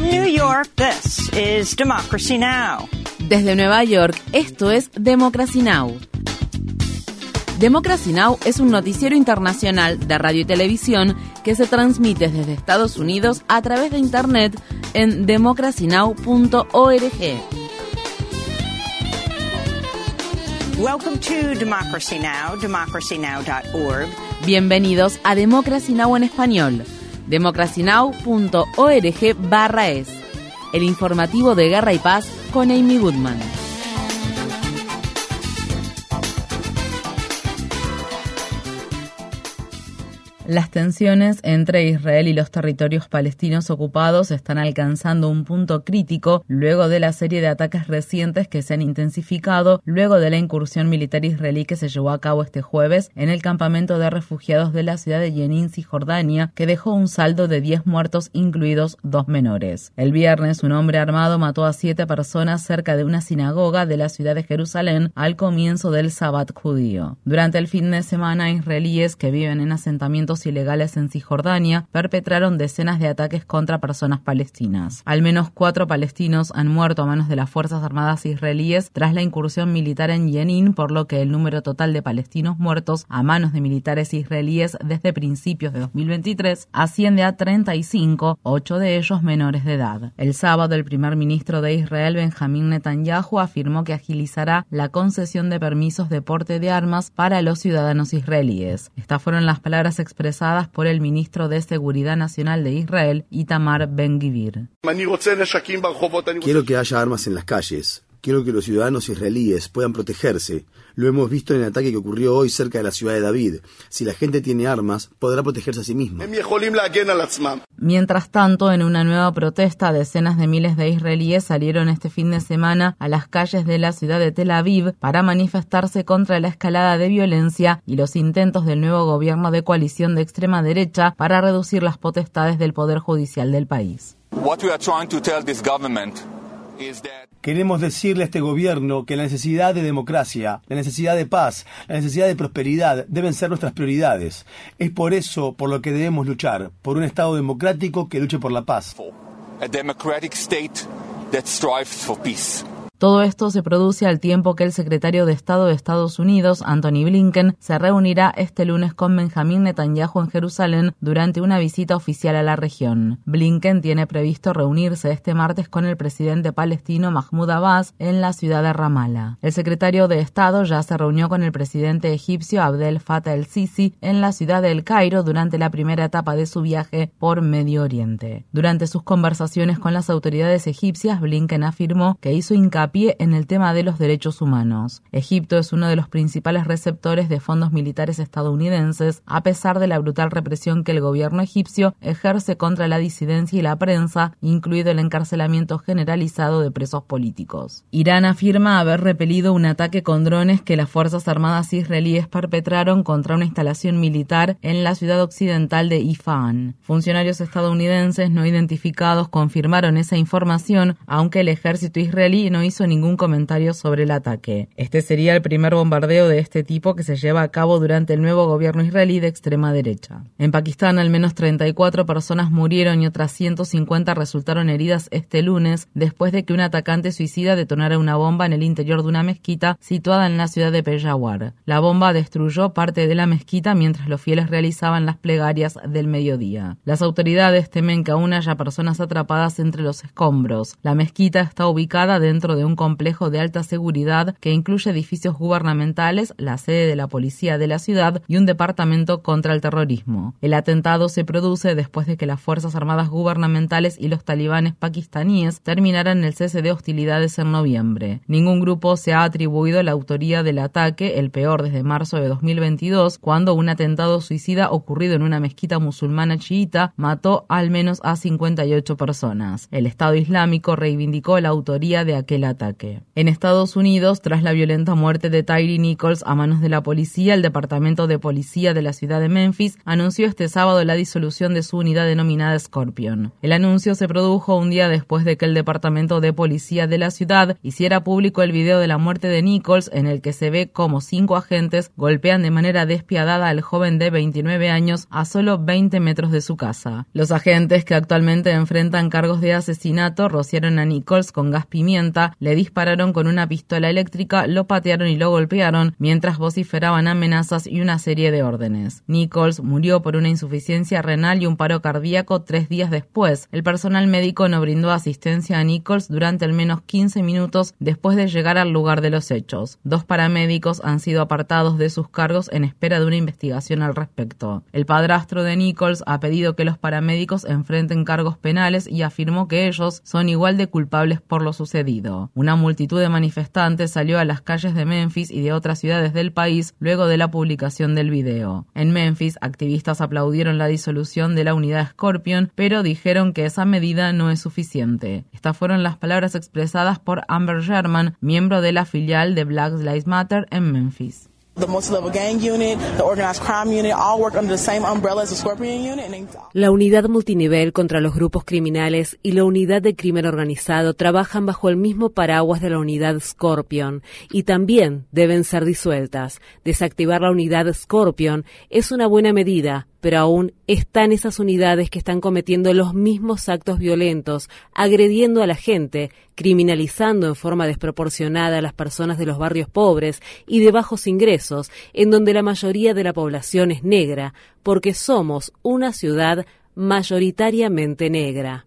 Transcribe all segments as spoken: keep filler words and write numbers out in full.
From New York, this is Democracy Now! Desde Nueva York, esto es Democracy Now! Democracy Now! Es un noticiero internacional de radio y televisión que se transmite desde Estados Unidos a través de Internet en democracy now punto org. Welcome to Democracy Now!, democracy now dot org. Bienvenidos a Democracy Now! En español, democracy now punto org barra es, el informativo de Guerra y Paz con Amy Goodman. Las tensiones entre Israel y los territorios palestinos ocupados están alcanzando un punto crítico luego de la serie de ataques recientes que se han intensificado luego de la incursión militar israelí que se llevó a cabo este jueves en el campamento de refugiados de la ciudad de Jenin, Cisjordania, que dejó un saldo de diez muertos, incluidos dos menores. El viernes, un hombre armado mató a siete personas cerca de una sinagoga de la ciudad de Jerusalén al comienzo del Sabbat judío. Durante el fin de semana, israelíes que viven en asentamientos ilegales en Cisjordania perpetraron decenas de ataques contra personas palestinas. Al menos cuatro palestinos han muerto a manos de las Fuerzas Armadas israelíes tras la incursión militar en Jenin, por lo que el número total de palestinos muertos a manos de militares israelíes desde principios de dos mil veintitrés asciende a treinta y cinco, ocho de ellos menores de edad. El sábado, el primer ministro de Israel, Benjamín Netanyahu, afirmó que agilizará la concesión de permisos de porte de armas para los ciudadanos israelíes. Estas fueron las palabras expresadas expresadas por el ministro de Seguridad Nacional de Israel, Itamar Ben-Gvir. Quiero que haya armas en las calles. Quiero que los ciudadanos israelíes puedan protegerse. Lo hemos visto en el ataque que ocurrió hoy cerca de la ciudad de David. Si la gente tiene armas, podrá protegerse a sí misma. Mientras tanto, en una nueva protesta, decenas de miles de israelíes salieron este fin de semana a las calles de la ciudad de Tel Aviv para manifestarse contra la escalada de violencia y los intentos del nuevo gobierno de coalición de extrema derecha para reducir las potestades del poder judicial del país. What we are trying to tell this government is that Queremos decirle a este gobierno que la necesidad de democracia, la necesidad de paz, la necesidad de prosperidad deben ser nuestras prioridades. Es por eso por lo que debemos luchar, por un Estado democrático que luche por la paz. a democratic state that strives for peace. Todo esto se produce al tiempo que el secretario de Estado de Estados Unidos, Antony Blinken, se reunirá este lunes con Benjamín Netanyahu en Jerusalén durante una visita oficial a la región. Blinken tiene previsto reunirse este martes con el presidente palestino Mahmoud Abbas en la ciudad de Ramallah. El secretario de Estado ya se reunió con el presidente egipcio Abdel Fattah el-Sisi en la ciudad de El Cairo durante la primera etapa de su viaje por Medio Oriente. Durante sus conversaciones con las autoridades egipcias, Blinken afirmó que hizo hincapié en el tema de los derechos humanos. Egipto es uno de los principales receptores de fondos militares estadounidenses, a pesar de la brutal represión que el gobierno egipcio ejerce contra la disidencia y la prensa, incluido el encarcelamiento generalizado de presos políticos. Irán afirma haber repelido un ataque con drones que las Fuerzas Armadas israelíes perpetraron contra una instalación militar en la ciudad occidental de Isfahan. Funcionarios estadounidenses no identificados confirmaron esa información, aunque el ejército israelí no hizo ningún comentario sobre el ataque. Este sería el primer bombardeo de este tipo que se lleva a cabo durante el nuevo gobierno israelí de extrema derecha. En Pakistán, al menos treinta y cuatro personas murieron y otras ciento cincuenta resultaron heridas este lunes después de que un atacante suicida detonara una bomba en el interior de una mezquita situada en la ciudad de Peshawar. La bomba destruyó parte de la mezquita mientras los fieles realizaban las plegarias del mediodía. Las autoridades temen que aún haya personas atrapadas entre los escombros. La mezquita está ubicada dentro de un complejo de alta seguridad que incluye edificios gubernamentales, la sede de la policía de la ciudad y un departamento contra el terrorismo. El atentado se produce después de que las Fuerzas Armadas gubernamentales y los talibanes pakistaníes terminaran el cese de hostilidades en noviembre. Ningún grupo se ha atribuido la autoría del ataque, el peor desde marzo de dos mil veintidós, cuando un atentado suicida ocurrido en una mezquita musulmana chiita mató al menos a cincuenta y ocho personas. El Estado Islámico reivindicó la autoría de aquel ataque. ataque. En Estados Unidos, tras la violenta muerte de Tyre Nichols a manos de la policía, el Departamento de Policía de la ciudad de Memphis anunció este sábado la disolución de su unidad denominada Scorpion. El anuncio se produjo un día después de que el Departamento de Policía de la ciudad hiciera público el video de la muerte de Nichols, en el que se ve cómo cinco agentes golpean de manera despiadada al joven de veintinueve años a solo veinte metros de su casa. Los agentes, que actualmente enfrentan cargos de asesinato, rociaron a Nichols con gas pimienta, le dispararon con una pistola eléctrica, lo patearon y lo golpearon, mientras vociferaban amenazas y una serie de órdenes. Nichols murió por una insuficiencia renal y un paro cardíaco tres días después. El personal médico no brindó asistencia a Nichols durante al menos quince minutos después de llegar al lugar de los hechos. Dos paramédicos han sido apartados de sus cargos en espera de una investigación al respecto. El padrastro de Nichols ha pedido que los paramédicos enfrenten cargos penales y afirmó que ellos son igual de culpables por lo sucedido. Una multitud de manifestantes salió a las calles de Memphis y de otras ciudades del país luego de la publicación del video. En Memphis, activistas aplaudieron la disolución de la unidad Scorpion, pero dijeron que esa medida no es suficiente. Estas fueron las palabras expresadas por Amber Sherman, miembro de la filial de Black Lives Matter en Memphis. La unidad multinivel contra los grupos criminales y la unidad de crimen organizado trabajan bajo el mismo paraguas de la unidad Scorpion y también deben ser disueltas. Desactivar la unidad Scorpion es una buena medida, pero aún están esas unidades que están cometiendo los mismos actos violentos, agrediendo a la gente, criminalizando en forma desproporcionada a las personas de los barrios pobres y de bajos ingresos, en donde la mayoría de la población es negra, porque somos una ciudad mayoritariamente negra.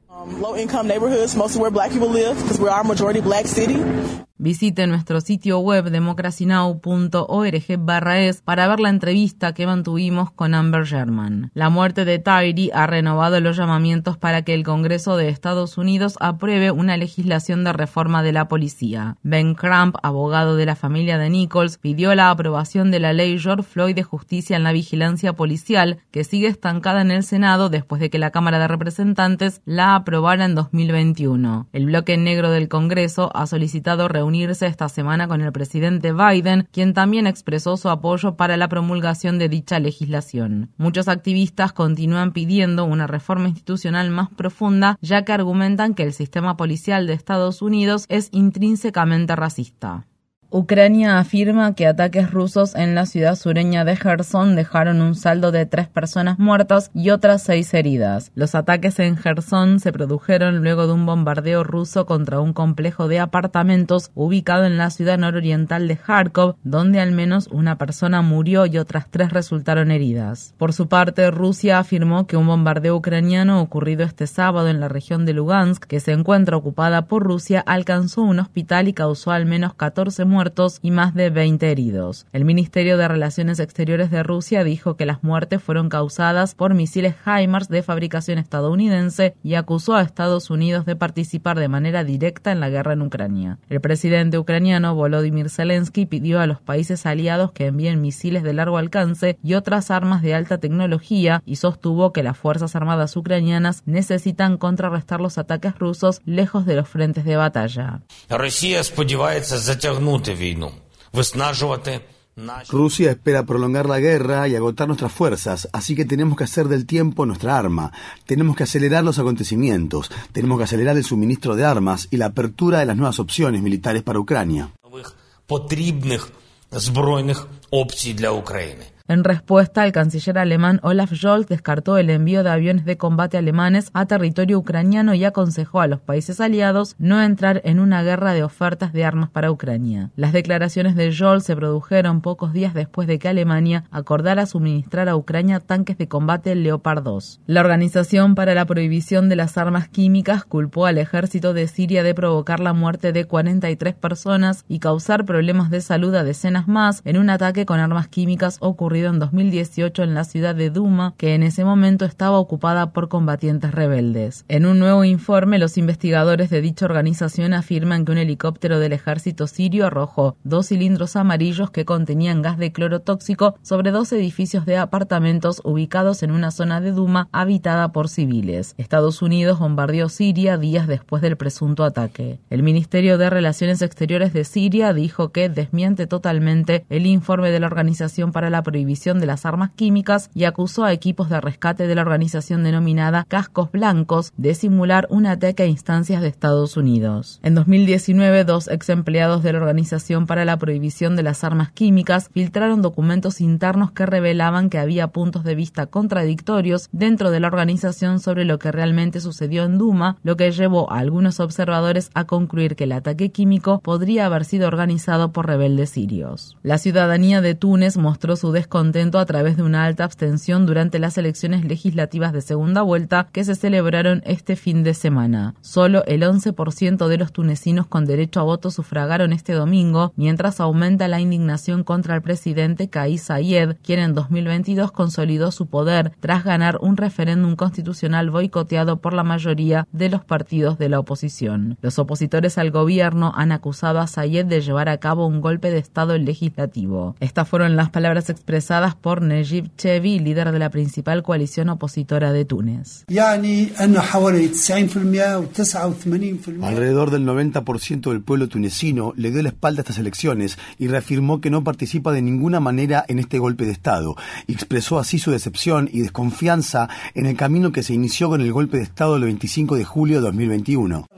Visite nuestro sitio web democracy now punto org barra es para ver la entrevista que mantuvimos con Amber Sherman. La muerte de Tyre ha renovado los llamamientos para que el Congreso de Estados Unidos apruebe una legislación de reforma de la policía. Ben Crump, abogado de la familia de Nichols, pidió la aprobación de la ley George Floyd de justicia en la vigilancia policial, que sigue estancada en el Senado después de que la Cámara de Representantes la aprobara en dos mil veintiuno. El bloque negro del Congreso ha solicitado reunirse unirse esta semana con el presidente Biden, quien también expresó su apoyo para la promulgación de dicha legislación. Muchos activistas continúan pidiendo una reforma institucional más profunda, ya que argumentan que el sistema policial de Estados Unidos es intrínsecamente racista. Ucrania afirma que ataques rusos en la ciudad sureña de Jersón dejaron un saldo de tres personas muertas y otras seis heridas. Los ataques en Jersón se produjeron luego de un bombardeo ruso contra un complejo de apartamentos ubicado en la ciudad nororiental de Kharkov, donde al menos una persona murió y otras tres resultaron heridas. Por su parte, Rusia afirmó que un bombardeo ucraniano ocurrido este sábado en la región de Lugansk, que se encuentra ocupada por Rusia, alcanzó un hospital y causó al menos catorce muertos muertos y más de veinte heridos. El Ministerio de Relaciones Exteriores de Rusia dijo que las muertes fueron causadas por misiles HIMARS de fabricación estadounidense y acusó a Estados Unidos de participar de manera directa en la guerra en Ucrania. El presidente ucraniano Volodymyr Zelensky pidió a los países aliados que envíen misiles de largo alcance y otras armas de alta tecnología y sostuvo que las Fuerzas Armadas ucranianas necesitan contrarrestar los ataques rusos lejos de los frentes de batalla. Rusia espera prolongar la guerra y agotar nuestras fuerzas, así que tenemos que hacer del tiempo nuestra arma. Tenemos que acelerar los acontecimientos, tenemos que acelerar el suministro de armas y la apertura de las nuevas opciones militares para Ucrania. En respuesta, el canciller alemán Olaf Scholz descartó el envío de aviones de combate alemanes a territorio ucraniano y aconsejó a los países aliados no entrar en una guerra de ofertas de armas para Ucrania. Las declaraciones de Scholz se produjeron pocos días después de que Alemania acordara suministrar a Ucrania tanques de combate Leopard dos. La Organización para la Prohibición de las Armas Químicas culpó al ejército de Siria de provocar la muerte de cuarenta y tres personas y causar problemas de salud a decenas más en un ataque con armas químicas ocurrido ocurrido en dos mil dieciocho en la ciudad de Duma, que en ese momento estaba ocupada por combatientes rebeldes. En un nuevo informe, los investigadores de dicha organización afirman que un helicóptero del ejército sirio arrojó dos cilindros amarillos que contenían gas de cloro tóxico sobre dos edificios de apartamentos ubicados en una zona de Duma habitada por civiles. Estados Unidos bombardeó Siria días después del presunto ataque. El Ministerio de Relaciones Exteriores de Siria dijo que desmiente totalmente el informe de la Organización para la Prohibición de las Armas Químicas y acusó a equipos de rescate de la organización denominada Cascos Blancos de simular un ataque a instancias de Estados Unidos. En dos mil diecinueve, dos ex empleados de la Organización para la Prohibición de las Armas Químicas filtraron documentos internos que revelaban que había puntos de vista contradictorios dentro de la organización sobre lo que realmente sucedió en Duma, lo que llevó a algunos observadores a concluir que el ataque químico podría haber sido organizado por rebeldes sirios. La ciudadanía de Túnez mostró su descontento a través de una alta abstención durante las elecciones legislativas de segunda vuelta que se celebraron este fin de semana. Solo el once por ciento de los tunecinos con derecho a voto sufragaron este domingo, mientras aumenta la indignación contra el presidente Kais Saied, quien en dos mil veintidós consolidó su poder tras ganar un referéndum constitucional boicoteado por la mayoría de los partidos de la oposición. Los opositores al gobierno han acusado a Saied de llevar a cabo un golpe de Estado legislativo. Estas fueron las palabras expresadas por Nejib Chevi, líder de la principal coalición opositora de Túnez. Alrededor del noventa por ciento del pueblo tunecino le dio la espalda a estas elecciones y reafirmó que no participa de ninguna manera en este golpe de Estado, y expresó así su decepción y desconfianza en el camino que se inició con el golpe de Estado el veinticinco de julio de dos mil veintiuno.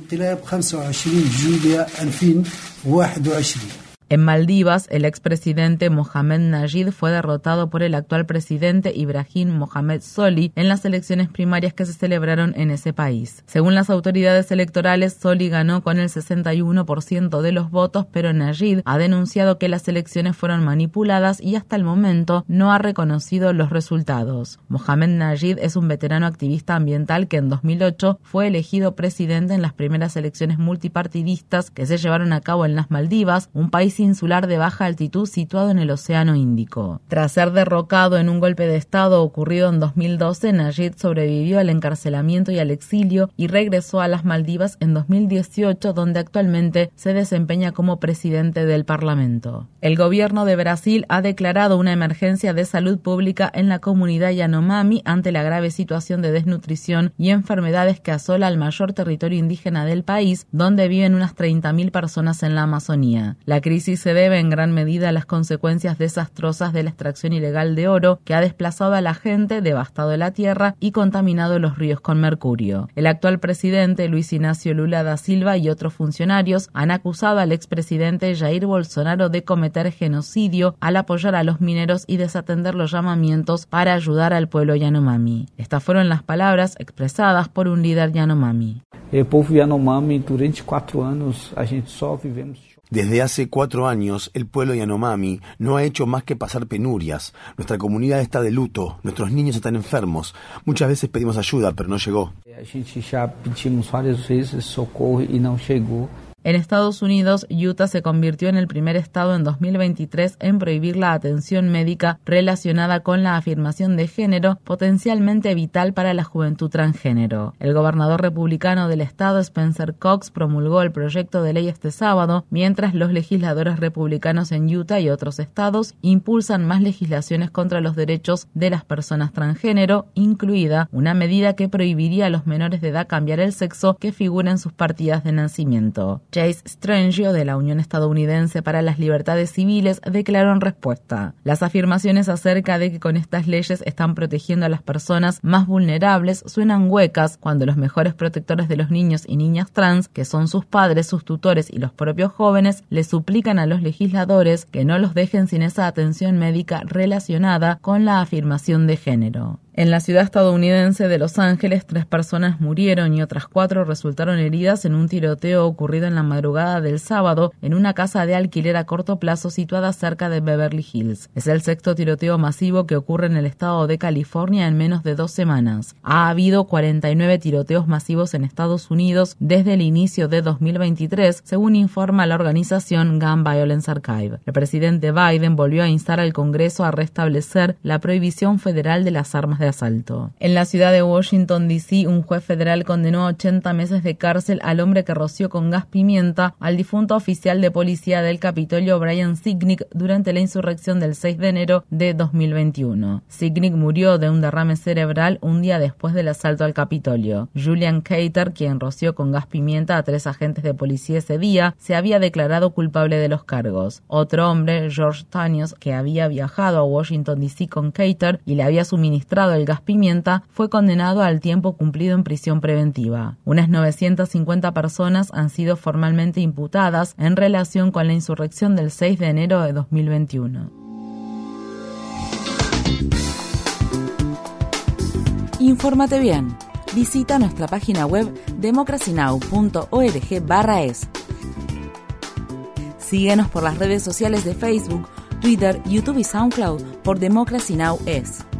En Maldivas, el expresidente Mohamed Nasheed fue derrotado por el actual presidente Ibrahim Mohamed Soli en las elecciones primarias que se celebraron en ese país. Según las autoridades electorales, Soli ganó con el sesenta y uno por ciento de los votos, pero Nasheed ha denunciado que las elecciones fueron manipuladas y hasta el momento no ha reconocido los resultados. Mohamed Nasheed es un veterano activista ambiental que en dos mil ocho fue elegido presidente en las primeras elecciones multipartidistas que se llevaron a cabo en las Maldivas, un país insular de baja altitud situado en el Océano Índico. Tras ser derrocado en un golpe de Estado ocurrido en dos mil doce, Nasheed sobrevivió al encarcelamiento y al exilio y regresó a las Maldivas en dos mil dieciocho, donde actualmente se desempeña como presidente del Parlamento. El gobierno de Brasil ha declarado una emergencia de salud pública en la comunidad Yanomami ante la grave situación de desnutrición y enfermedades que asola al mayor territorio indígena del país, donde viven unas treinta mil personas en la Amazonía. La crisis se debe en gran medida a las consecuencias desastrosas de la extracción ilegal de oro que ha desplazado a la gente, devastado la tierra y contaminado los ríos con mercurio. El actual presidente Luis Ignacio Lula da Silva y otros funcionarios han acusado al expresidente Jair Bolsonaro de cometer genocidio al apoyar a los mineros y desatender los llamamientos para ayudar al pueblo Yanomami. Estas fueron las palabras expresadas por un líder Yanomami. El pueblo Yanomami, durante cuatro años, a gente só vivemos. Desde hace cuatro años, el pueblo Yanomami no ha hecho más que pasar penurias. Nuestra comunidad está de luto, nuestros niños están enfermos. Muchas veces pedimos ayuda, pero no llegó. A gente já pedimos várias vezes socorro e não chegou. En Estados Unidos, Utah se convirtió en el primer estado en dos mil veintitrés en prohibir la atención médica relacionada con la afirmación de género, potencialmente vital para la juventud transgénero. El gobernador republicano del estado, Spencer Cox, promulgó el proyecto de ley este sábado, mientras los legisladores republicanos en Utah y otros estados impulsan más legislaciones contra los derechos de las personas transgénero, incluida una medida que prohibiría a los menores de edad cambiar el sexo que figura en sus partidas de nacimiento. Chase Strangio, de la Unión Estadounidense para las Libertades Civiles, declaró en respuesta: las afirmaciones acerca de que con estas leyes están protegiendo a las personas más vulnerables suenan huecas cuando los mejores protectores de los niños y niñas trans, que son sus padres, sus tutores y los propios jóvenes, les suplican a los legisladores que no los dejen sin esa atención médica relacionada con la afirmación de género. En la ciudad estadounidense de Los Ángeles, tres personas murieron y otras cuatro resultaron heridas en un tiroteo ocurrido en la madrugada del sábado en una casa de alquiler a corto plazo situada cerca de Beverly Hills. Es el sexto tiroteo masivo que ocurre en el estado de California en menos de dos semanas. Ha habido cuarenta y nueve tiroteos masivos en Estados Unidos desde el inicio de dos mil veintitrés, según informa la organización Gun Violence Archive. El presidente Biden volvió a instar al Congreso a restablecer la prohibición federal de las armas de asalto. En la ciudad de Washington, D C, un juez federal condenó a ochenta meses de cárcel al hombre que roció con gas pimienta al difunto oficial de policía del Capitolio Brian Sicknick durante la insurrección del seis de enero de dos mil veintiuno. Sicknick murió de un derrame cerebral un día después del asalto al Capitolio. Julian Cater, quien roció con gas pimienta a tres agentes de policía ese día, se había declarado culpable de los cargos. Otro hombre, George Tanios, que había viajado a Washington D C con Cater y le había suministrado el gas pimienta, fue condenado al tiempo cumplido en prisión preventiva. Unas novecientas cincuenta personas han sido formalmente imputadas en relación con la insurrección del seis de enero de dos mil veintiuno. Infórmate bien. Visita nuestra página web democracy now punto org barra es. Síguenos por las redes sociales de Facebook, Twitter, YouTube y SoundCloud por Democracy Now! Es.